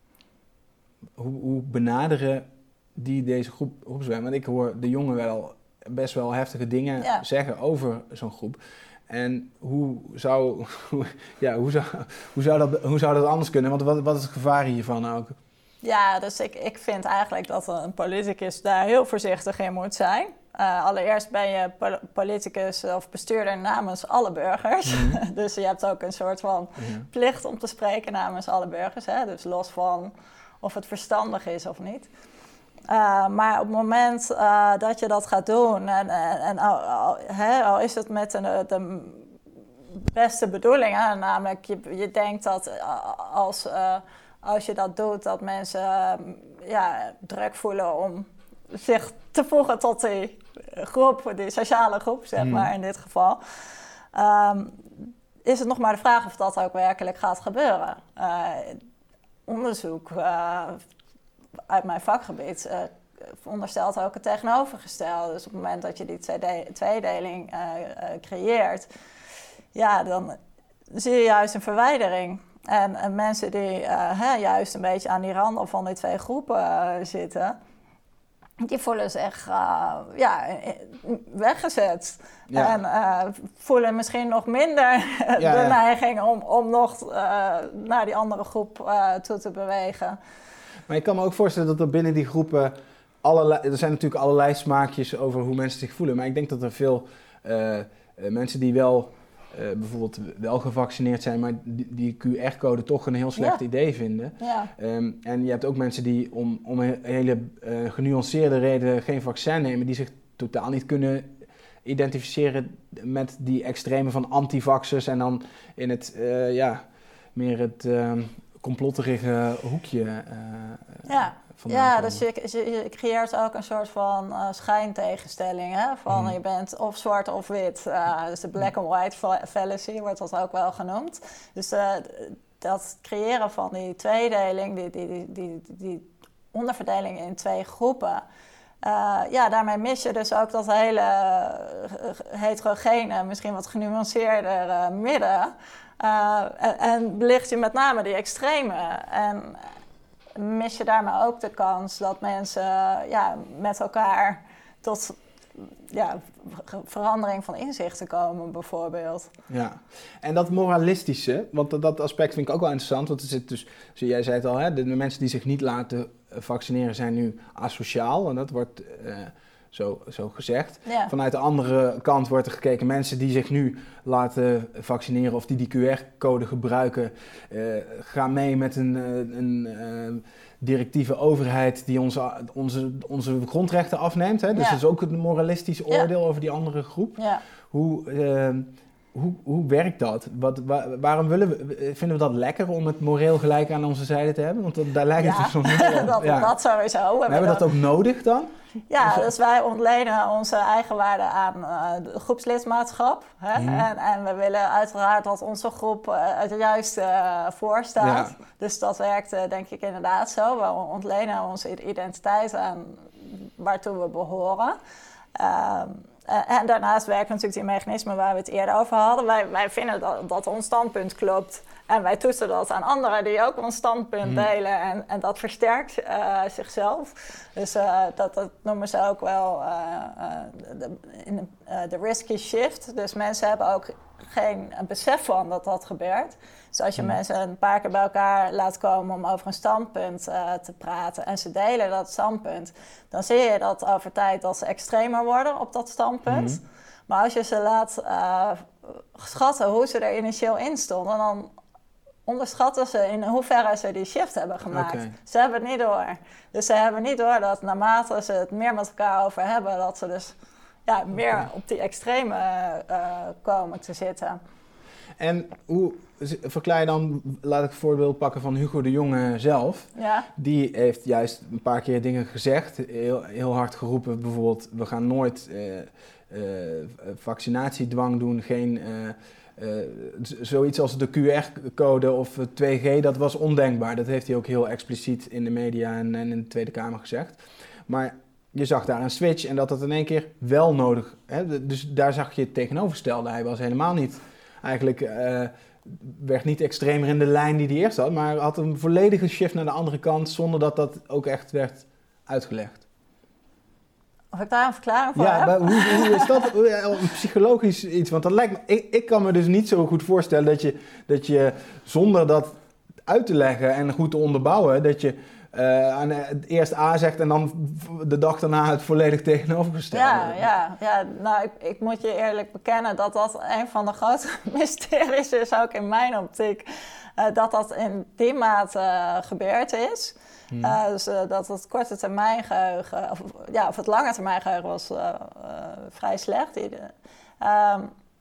Hoe, hoe benaderen die deze groep groepswerk? Want ik hoor de jongen wel best wel heftige dingen ja. zeggen over zo'n groep. En hoe zou, hoe, ja, hoe, zou, hoe, zou dat, hoe zou dat anders kunnen? Want wat, wat is het gevaar hiervan ook? Ja, dus ik, ik vind eigenlijk dat een politicus daar heel voorzichtig in moet zijn. Uh, allereerst ben je pol- politicus of bestuurder namens alle burgers. Mm-hmm. Dus je hebt ook een soort van mm-hmm. plicht om te spreken namens alle burgers. Hè? Dus los van of het verstandig is of niet. Uh, maar op het moment uh, dat je dat gaat doen, en, en, en al, al, he, al is het met de, de beste bedoelingen, namelijk je, je denkt dat uh, als, uh, als je dat doet, dat mensen uh, ja, druk voelen om zich te voegen tot die groep, die sociale groep, zeg maar, mm. in dit geval. Um, is het nog maar de vraag of dat ook werkelijk gaat gebeuren. Uh, onderzoek... Uh, uit mijn vakgebied uh, onderstelt ook het tegenovergestelde. Dus op het moment dat je die tweede- tweedeling uh, uh, creëert, ja, dan zie je juist een verwijdering. En, en mensen die uh, hè, juist een beetje aan die randen van die twee groepen uh, zitten, die voelen zich uh, ja, weggezet. Ja. En uh, voelen misschien nog minder ja, de ja. neiging om, om nog uh, naar die andere groep uh, toe te bewegen. Maar ik kan me ook voorstellen dat er binnen die groepen... Allerlei, er zijn natuurlijk allerlei smaakjes over hoe mensen zich voelen. Maar ik denk dat er veel uh, uh, mensen die wel uh, bijvoorbeeld wel gevaccineerd zijn, maar die, die Q R-code toch een heel slecht ja. idee vinden. Ja. Um, en je hebt ook mensen die om, om een hele uh, genuanceerde reden geen vaccin nemen, die zich totaal niet kunnen identificeren met die extreme van antivaxers en dan in het, uh, ja, meer het uh, complotterige hoekje uh, ja. Ja, dus je, je creëert ook een soort van uh, schijntegenstelling. Hè? Van mm. je bent of zwart of wit. Uh, dus de black and white fallacy wordt dat ook wel genoemd. Dus uh, dat creëren van die tweedeling, die, die, die, die, die onderverdeling in twee groepen. Uh, ja, daarmee mis je dus ook dat hele heterogene, misschien wat genuanceerder uh, midden. Uh, en, en belicht je met name die extreme. En mis je daarmee ook de kans dat mensen ja, met elkaar tot ja, verandering van inzichten komen, bijvoorbeeld. Ja, en dat moralistische, want dat aspect vind ik ook wel interessant. Want er zit dus, zoals jij zei het al, hè, de mensen die zich niet laten vaccineren zijn nu asociaal. En dat wordt uh, zo, zo gezegd. Ja. Vanuit de andere kant wordt er gekeken, mensen die zich nu laten vaccineren of die die Q R-code gebruiken, uh, gaan mee met een, een uh, directieve overheid die onze, onze, onze grondrechten afneemt. Hè? Dus ja. dat is ook een moralistisch oordeel ja. over die andere groep. Ja. Hoe, uh, hoe, hoe werkt dat? Wat, waar, waarom willen we, vinden we dat lekker om het moreel gelijk aan onze zijde te hebben? Want dat, daar lijkt het ja. dus soms niet op. dat, ja. dat sowieso. We hebben we dat ook nodig dan? Ja, dus wij ontlenen onze eigen waarde aan uh, groepslidmaatschap. Hè? Mm. En, en we willen uiteraard dat onze groep uh, het juiste uh, voorstaat. Ja. Dus dat werkt uh, denk ik inderdaad zo. We ontlenen onze identiteit aan waartoe we behoren. Uh, en daarnaast werken natuurlijk die mechanismen waar we het eerder over hadden. Wij, wij vinden dat, dat ons standpunt klopt. En wij toetsen dat aan anderen die ook ons standpunt mm. delen. En, en dat versterkt uh, zichzelf. Dus uh, dat, dat noemen ze ook wel uh, uh, de, in de, uh, de risky shift. Dus mensen hebben ook geen besef van dat dat gebeurt. Dus als je mm. mensen een paar keer bij elkaar laat komen om over een standpunt uh, te praten en ze delen dat standpunt, dan zie je dat over tijd dat ze extremer worden op dat standpunt. Mm. Maar als je ze laat uh, schatten hoe ze er initieel in stonden, dan onderschatten ze in hoeverre ze die shift hebben gemaakt. Okay. Ze hebben het niet door. Dus ze hebben niet door dat naarmate ze het meer met elkaar over hebben, dat ze dus ja, meer okay. op die extreme uh, komen te zitten. En hoe verklaar je dan, laat ik een voorbeeld pakken van Hugo de Jonge zelf. Ja. Die heeft juist een paar keer dingen gezegd, heel, heel hard geroepen. Bijvoorbeeld, we gaan nooit uh, uh, vaccinatiedwang doen, geen uh, uh, zoiets als de Q R-code of twee G, dat was ondenkbaar. Dat heeft hij ook heel expliciet in de media en, en in de Tweede Kamer gezegd. Maar je zag daar een switch en dat dat in één keer wel nodig. Hè? Dus daar zag je het tegenovergestelde. Hij was helemaal niet, eigenlijk uh, werd niet extremer in de lijn die hij eerst had, maar had een volledige shift naar de andere kant zonder dat dat ook echt werd uitgelegd. Of ik daar een verklaring voor ja, heb? Maar hoe, hoe is dat een psychologisch iets? Want dat lijkt me, ik, ik kan me dus niet zo goed voorstellen dat je, dat je zonder dat uit te leggen en goed te onderbouwen, dat je Uh, aan het eerst A zegt en dan de dag daarna het volledig tegenovergestelde. Ja, ja, ja. Nou, ik, ik moet je eerlijk bekennen dat dat een van de grote mysteries is, ook in mijn optiek. Uh, dat dat in die mate uh, gebeurd is. Hmm. Uh, dus uh, dat het korte termijn geheugen, of, ja, of het lange termijn geheugen was uh, uh, vrij slecht. Uh,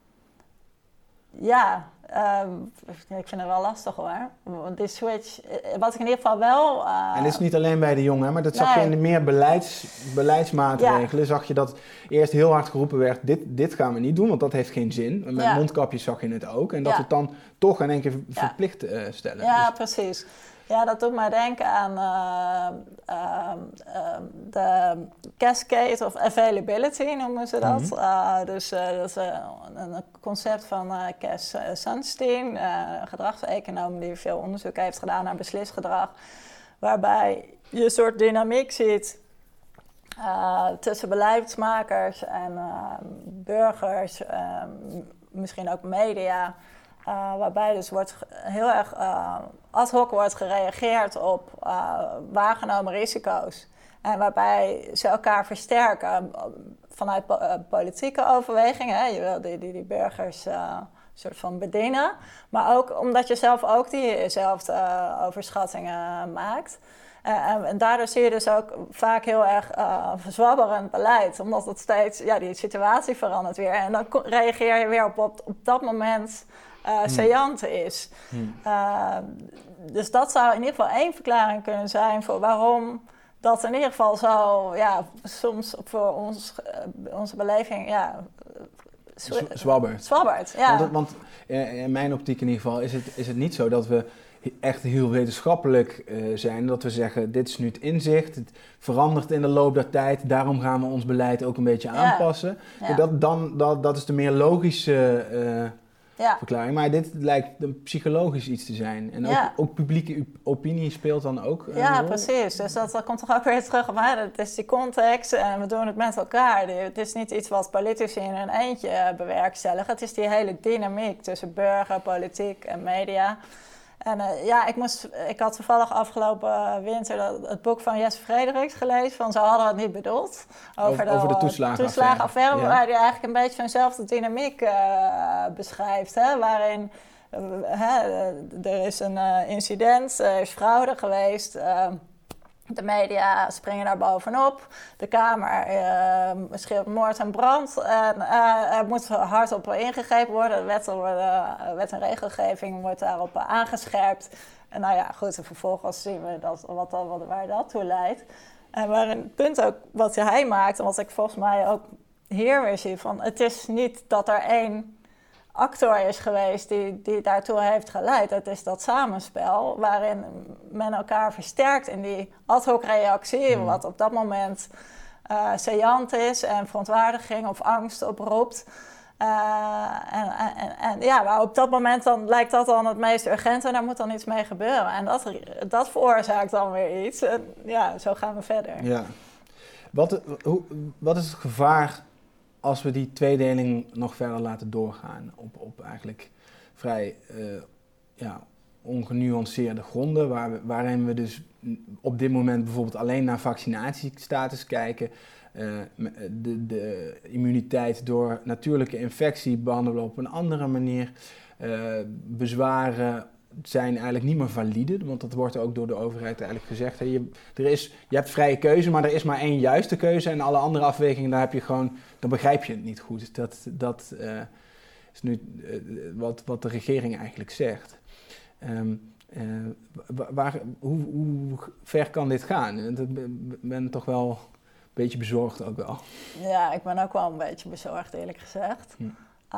ja... Um, ik vind het wel lastig hoor. Die switch, wat ik in ieder geval wel... Uh... En dit is niet alleen bij de jongen, maar dat zag nee. je in de meer beleids, beleidsmaatregelen. Ja. Zag je dat eerst heel hard geroepen werd, dit, dit gaan we niet doen, want dat heeft geen zin. Met ja. mondkapjes zag je het ook. En dat ja. we het dan toch in één keer verplicht uh, stellen. Ja, dus. precies. Ja, dat doet mij denken aan uh, uh, uh, de cascade of availability, noemen ze dat. Mm-hmm. Uh, dus uh, dat is uh, een concept van uh, Cass Sunstein, uh, gedragseconoom die veel onderzoek heeft gedaan naar beslisgedrag, waarbij je een soort dynamiek ziet uh, tussen beleidsmakers en uh, burgers, uh, misschien ook media. Uh, waarbij dus wordt heel erg uh, ad hoc wordt gereageerd op uh, waargenomen risico's. En waarbij ze elkaar versterken vanuit po- uh, politieke overwegingen. Hè. Je wil die, die, die burgers uh, soort van bedienen. Maar ook omdat je zelf ook diezelfde uh, overschattingen maakt. Uh, en, en daardoor zie je dus ook vaak heel erg uh, verzwabberend beleid. Omdat het steeds, ja, die situatie verandert weer. En dan reageer je weer op op, op dat moment uh, hmm. saillant is. Hmm. Uh, dus dat zou in ieder geval één verklaring kunnen zijn voor waarom dat in ieder geval zo, ja, soms voor ons, uh, onze beleving, ja, zw- zwabbert. Zwabbert, ja. Want, want in mijn optiek in ieder geval is het, is het niet zo dat we echt heel wetenschappelijk uh, zijn, dat we zeggen, dit is nu het inzicht, het verandert in de loop der tijd, daarom gaan we ons beleid ook een beetje aanpassen. Ja. Ja. Dat, dan, dat, dat is de meer logische uh, ja. verklaring, maar dit lijkt een psychologisch iets te zijn. En ook, ja. ook publieke opinie speelt dan ook een Ja, rol. Precies. Dus dat, dat komt toch ook weer terug op, hè? Het is die context en we doen het met elkaar. Het is niet iets wat politici in hun eentje bewerkstelligen. Het is die hele dynamiek tussen burger, politiek en media. En uh, ja, ik, moest, ik had toevallig afgelopen winter dat, het boek van Jesse Frederiks gelezen, van Zo hadden we het niet bedoeld. Over, over de, over de toeslagenaffaire. toeslagenaffaire ja. Waar hij eigenlijk een beetje zo'nzelfde dynamiek uh, beschrijft. Hè, waarin uh, hè, er is een uh, incident, er is fraude geweest. Uh, De media springen daar bovenop. De Kamer uh, schreeuwt moord en brand. En uh, er moet hard op ingegrepen worden. De wet, uh, wet en regelgeving wordt daarop uh, aangescherpt. En nou ja, goed, en vervolgens zien we dat, wat, wat, waar dat toe leidt. En waar een punt ook wat hij maakt, en wat ik volgens mij ook hier weer zie, van het is niet dat er één actor is geweest die, die daartoe heeft geleid. Het is dat samenspel waarin men elkaar versterkt in die ad hoc reactie, mm. wat op dat moment uh, saillant is en verontwaardiging of angst oproept. Uh, en, en, en ja, maar op dat moment dan lijkt dat dan het meest urgent en daar moet dan iets mee gebeuren. En dat, dat veroorzaakt dan weer iets. En ja, zo gaan we verder. Ja. Wat, hoe, wat is het gevaar als we die tweedeling nog verder laten doorgaan op, op eigenlijk vrij uh, ja, ongenuanceerde gronden, waar we, waarin we dus op dit moment bijvoorbeeld alleen naar vaccinatiestatus kijken, uh, de, de immuniteit door natuurlijke infectie behandelen op een andere manier, uh, bezwaren zijn eigenlijk niet meer valide, want dat wordt ook door de overheid eigenlijk gezegd. Hè. Je, er is, je hebt vrije keuze, maar er is maar één juiste keuze en alle andere afwegingen, daar heb je gewoon, dan begrijp je het niet goed. Dat, dat uh, is nu uh, wat, wat de regering eigenlijk zegt. Um, uh, waar, hoe, hoe ver kan dit gaan? Ik ben toch wel een beetje bezorgd ook wel. Ja, ik ben ook wel een beetje bezorgd, eerlijk gezegd. Hm.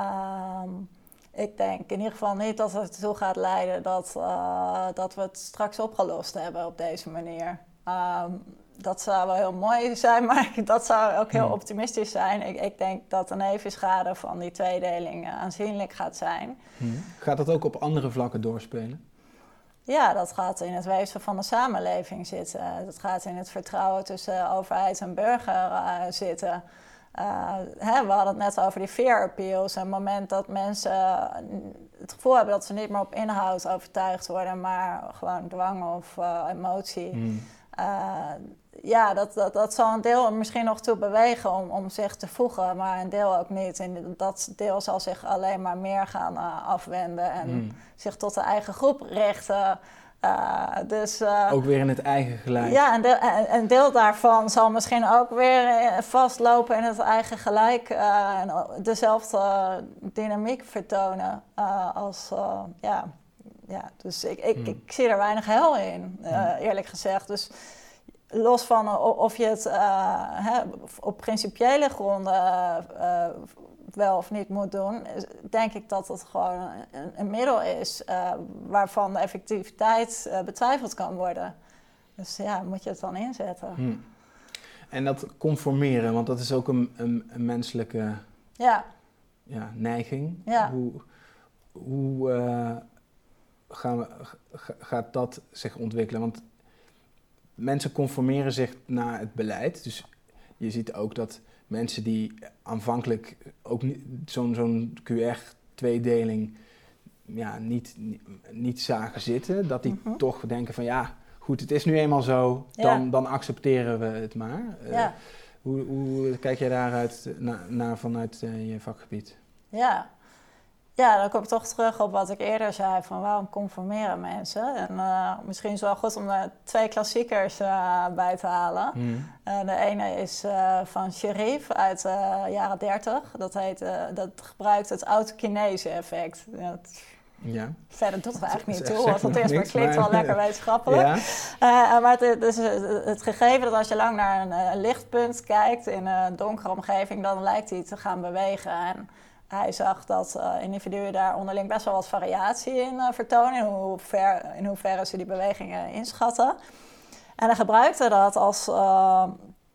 Um, Ik denk in ieder geval niet dat het ertoe gaat leiden dat, uh, dat we het straks opgelost hebben op deze manier. Um, dat zou wel heel mooi zijn, maar dat zou ook heel optimistisch zijn. Ik, ik denk dat de nevenschade van die tweedeling aanzienlijk gaat zijn. Hmm. Gaat dat ook op andere vlakken doorspelen? Ja, dat gaat in het weefsel van de samenleving zitten. Dat gaat in het vertrouwen tussen overheid en burger uh, zitten. Uh, hè, we hadden het net over die fear appeals. En het moment dat mensen het gevoel hebben dat ze niet meer op inhoud overtuigd worden, maar gewoon dwang of uh, emotie. Mm. Uh, ja, dat, dat, dat zal een deel misschien nog toe bewegen om, om zich te voegen, maar een deel ook niet. En dat deel zal zich alleen maar meer gaan uh, afwenden en mm. zich tot de eigen groep richten. Uh, dus, uh, ook weer in het eigen gelijk. Ja, een deel, een deel daarvan zal misschien ook weer vastlopen in het eigen gelijk. Uh, en dezelfde dynamiek vertonen uh, als, uh, ja, ja. Dus ik, ik, hmm. ik zie er weinig hel in, uh, hmm. eerlijk gezegd. Dus los van uh, of je het uh, hè, op principiële gronden uh, wel of niet moet doen, denk ik dat het gewoon een, een middel is uh, waarvan de effectiviteit uh, betwijfeld kan worden. Dus ja, moet je het dan inzetten. Hmm. En dat conformeren, want dat is ook een, een, een menselijke ja. Ja, neiging. Ja. Hoe, hoe uh, gaan we, g- gaat dat zich ontwikkelen? Want mensen conformeren zich naar het beleid. Dus je ziet ook dat mensen die aanvankelijk ook niet, zo'n, zo'n Q R-tweedeling ja, niet, niet, niet zagen zitten, dat die uh-huh. toch denken van ja, goed, het is nu eenmaal zo, dan, ja. dan accepteren we het maar. Ja. Uh, hoe, hoe kijk jij daaruit naar, naar vanuit uh, je vakgebied? Ja, Ja, dan kom ik toch terug op wat ik eerder zei, van waarom conformeren mensen? En uh, misschien is het wel goed om er twee klassiekers uh, bij te halen. Mm. Uh, de ene is uh, van Sherif uit de uh, jaren dertig. Dat, heet, uh, dat gebruikt het autokinese-effect. Dat, ja. Verder doet het eigenlijk niet toe, want het eerst maar klinkt wel lekker wetenschappelijk. Ja. Uh, maar het, dus het gegeven dat als je lang naar een uh, lichtpunt kijkt in een donkere omgeving, dan lijkt hij te gaan bewegen. En hij zag dat uh, individuen daar onderling best wel wat variatie in uh, vertonen, in, hoe ver, in hoeverre ze die bewegingen inschatten. En hij gebruikte dat als uh,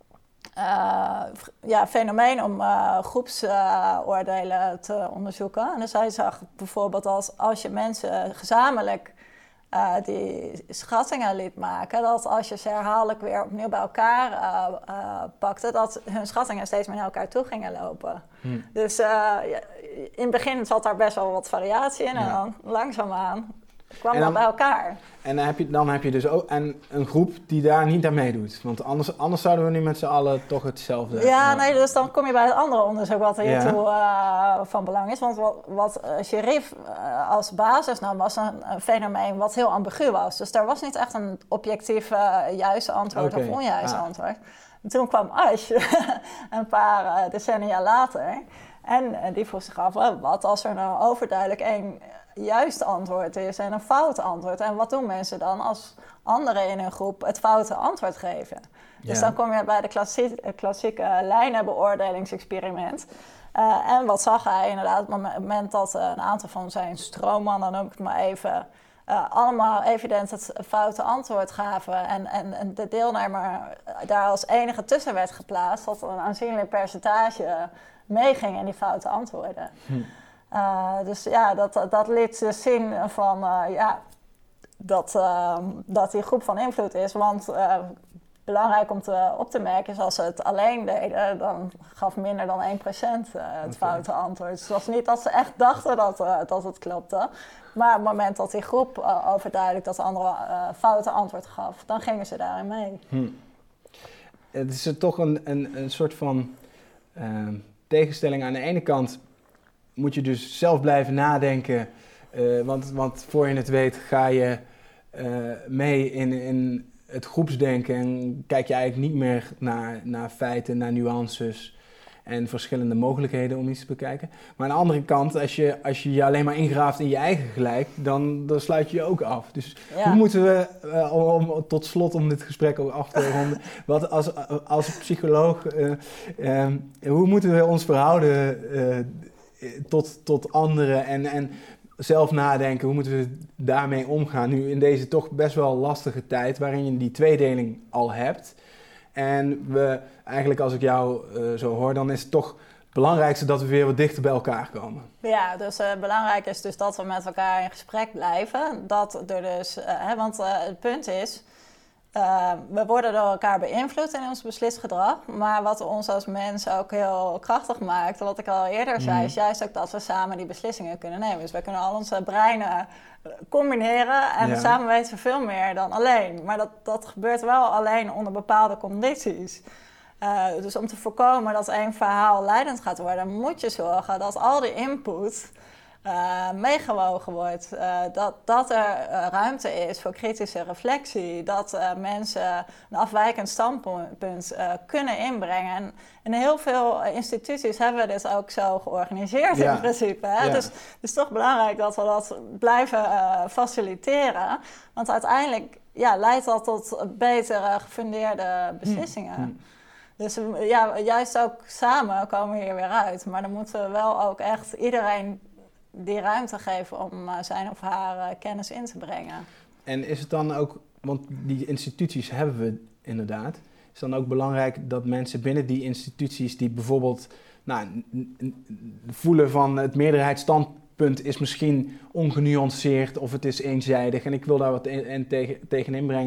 uh, ja, fenomeen om uh, groepsoordelen uh, te onderzoeken. En dus hij zag bijvoorbeeld als als je mensen gezamenlijk uh, die schattingen liet maken, dat als je ze herhaaldelijk weer opnieuw bij elkaar uh, uh, pakte, dat hun schattingen steeds meer naar elkaar toe gingen lopen. Hmm. Dus uh, ja, in het begin zat daar best wel wat variatie in, ja. En dan langzaamaan kwam en dan, dat bij elkaar. En dan heb je, dan heb je dus ook en een groep die daar niet aan meedoet. Want anders, anders zouden we nu met z'n allen toch hetzelfde... Ja, nee, dus dan kom je bij het andere onderzoek wat hiertoe ja. uh, van belang is. Want wat, wat uh, Sherif uh, als basis nam, was een, een fenomeen wat heel ambigu was. Dus daar was niet echt een objectief uh, juiste antwoord okay. of onjuiste ah. antwoord. En toen kwam Asch een paar uh, decennia later. En uh, die vroeg zich af, uh, wat als er nou overduidelijk één juist antwoord is en een fout antwoord. En wat doen mensen dan als anderen in een groep het foute antwoord geven? Ja. Dus dan kom je bij de klassie- klassieke lijnenbeoordelingsexperiment. Uh, en wat zag hij inderdaad op het moment dat uh, een aantal van zijn stroommannen, noem ik het maar even, uh, allemaal evident het foute antwoord gaven en, en, en de deelnemer daar als enige tussen werd geplaatst, dat een aanzienlijk percentage meeging in die foute antwoorden. Hm. Uh, dus ja, dat, dat liet dus zien van uh, ja, dat, uh, dat die groep van invloed is. Want uh, belangrijk om te, op te merken is als ze het alleen deden, dan gaf minder dan één procent uh, het okay. foute antwoord. Dus het was niet dat ze echt dachten dat, uh, dat het klopte. Maar op het moment dat die groep uh, overduidelijk dat de andere uh, foute antwoord gaf, dan gingen ze daarin mee. Hm. Het is toch een, een, een soort van uh, tegenstelling aan de ene kant. Moet je dus zelf blijven nadenken, uh, want, want voor je het weet ga je uh, mee in, in het groepsdenken en kijk je eigenlijk niet meer naar, naar feiten, naar nuances en verschillende mogelijkheden om iets te bekijken. Maar aan de andere kant, als je als je, je alleen maar ingraaft in je eigen gelijk, dan, dan sluit je je ook af. Dus ja. hoe moeten we, uh, om, om, tot slot om dit gesprek ook af te ronden, wat als, als psycholoog, uh, uh, hoe moeten we ons verhouden uh, Tot, tot anderen en, en zelf nadenken, hoe moeten we daarmee omgaan nu in deze toch best wel lastige tijd waarin je die tweedeling al hebt. En we eigenlijk, als ik jou uh, zo hoor, dan is het toch het belangrijkste dat we weer wat dichter bij elkaar komen. Ja, dus uh, belangrijk is dus dat we met elkaar in gesprek blijven. Dat er dus, uh, hè, want uh, het punt is, Uh, we worden door elkaar beïnvloed in ons beslissgedrag, maar wat ons als mens ook heel krachtig maakt, wat ik al eerder zei, mm. is juist ook dat we samen die beslissingen kunnen nemen. Dus we kunnen al onze breinen combineren en ja. samen weten we veel meer dan alleen. Maar dat, dat gebeurt wel alleen onder bepaalde condities. Uh, dus om te voorkomen dat één verhaal leidend gaat worden, moet je zorgen dat al die input Uh, meegewogen wordt, uh, dat, dat er uh, ruimte is voor kritische reflectie, dat uh, mensen een afwijkend standpunt uh, kunnen inbrengen. En in heel veel instituties hebben we dit ook zo georganiseerd ja. in principe. Hè? Ja. Dus het is toch belangrijk dat we dat blijven uh, faciliteren, want uiteindelijk ja, leidt dat tot betere gefundeerde beslissingen. Hmm. Hmm. Dus ja, juist ook samen komen we hier weer uit, maar dan moeten we wel ook echt iedereen die ruimte geven om uh, zijn of haar uh, kennis in te brengen. En is het dan ook, want die instituties hebben we inderdaad, is het dan ook belangrijk dat mensen binnen die instituties die bijvoorbeeld nou, n- n- voelen van het meerderheidsstandpunt is misschien ongenuanceerd of het is eenzijdig en ik wil daar wat in, in tegen, tegen inbrengen,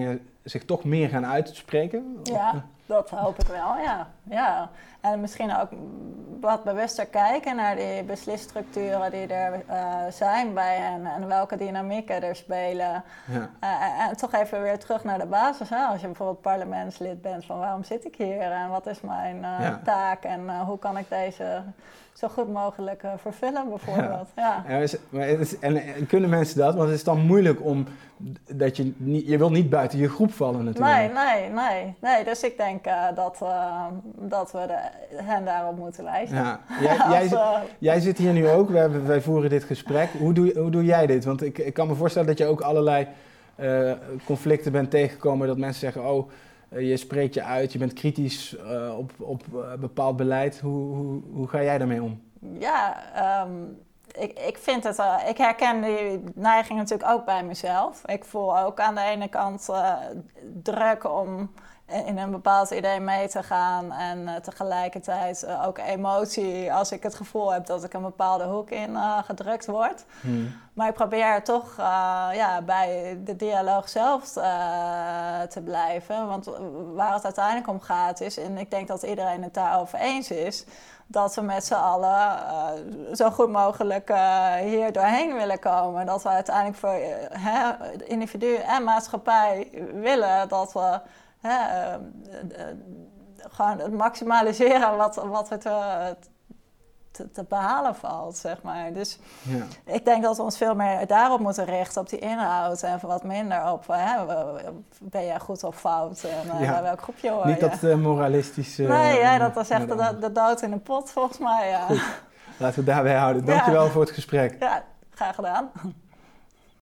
zich toch meer gaan uitspreken? Ja, dat hoop ik wel, ja. ja. En misschien ook wat bewuster kijken naar die beslisstructuren die er uh, zijn bij hen en welke dynamieken er spelen. Ja. Uh, en toch even weer terug naar de basis. Hè? Als je bijvoorbeeld parlementslid bent, van waarom zit ik hier en wat is mijn uh, ja. taak en uh, hoe kan ik deze zo goed mogelijk uh, vervullen bijvoorbeeld. Ja. Ja. En, maar het is, en, en kunnen mensen dat? Want het is dan moeilijk om dat je niet, je wilt niet buiten je groep vallen natuurlijk. Nee, nee, nee. nee. Dus ik denk uh, dat, uh, dat we de, hen daarop moeten wijzen. Ja. Jij, jij, Als, uh, jij zit hier nu ook, wij, wij voeren dit gesprek. Hoe doe, hoe doe jij dit? Want ik, ik kan me voorstellen dat je ook allerlei uh, conflicten bent tegengekomen. Dat mensen zeggen, oh, uh, je spreekt je uit, je bent kritisch uh, op, op uh, bepaald beleid. Hoe, hoe, hoe ga jij daarmee om? Ja, um, ik, ik vind het, uh, ik herken die neiging natuurlijk ook bij mezelf. Ik voel ook aan de ene kant uh, druk om in een bepaald idee mee te gaan en uh, tegelijkertijd uh, ook emotie als ik het gevoel heb dat ik een bepaalde hoek in uh, gedrukt word. Hmm. Maar ik probeer toch uh, ja, bij de dialoog zelf uh, te blijven. Want waar het uiteindelijk om gaat is, en ik denk dat iedereen het daarover eens is, dat we met z'n allen uh, zo goed mogelijk uh, hier doorheen willen komen. Dat we uiteindelijk voor uh, hè, individu en maatschappij willen dat we hè, uh, uh, uh, gewoon het maximaliseren wat, wat we te, te, te behalen valt, zeg maar. Dus ja. ik denk dat we ons veel meer daarop moeten richten, op die inhoud en wat minder op, hè, ben jij goed of fout en uh, ja. bij welk groepje hoor je. Niet dat uh, moralistische... Nee, ja, dat is echt de, de dood in de pot volgens mij, ja. Goed. Laten we het daarbij houden. Dankjewel ja. voor het gesprek. Ja, graag gedaan.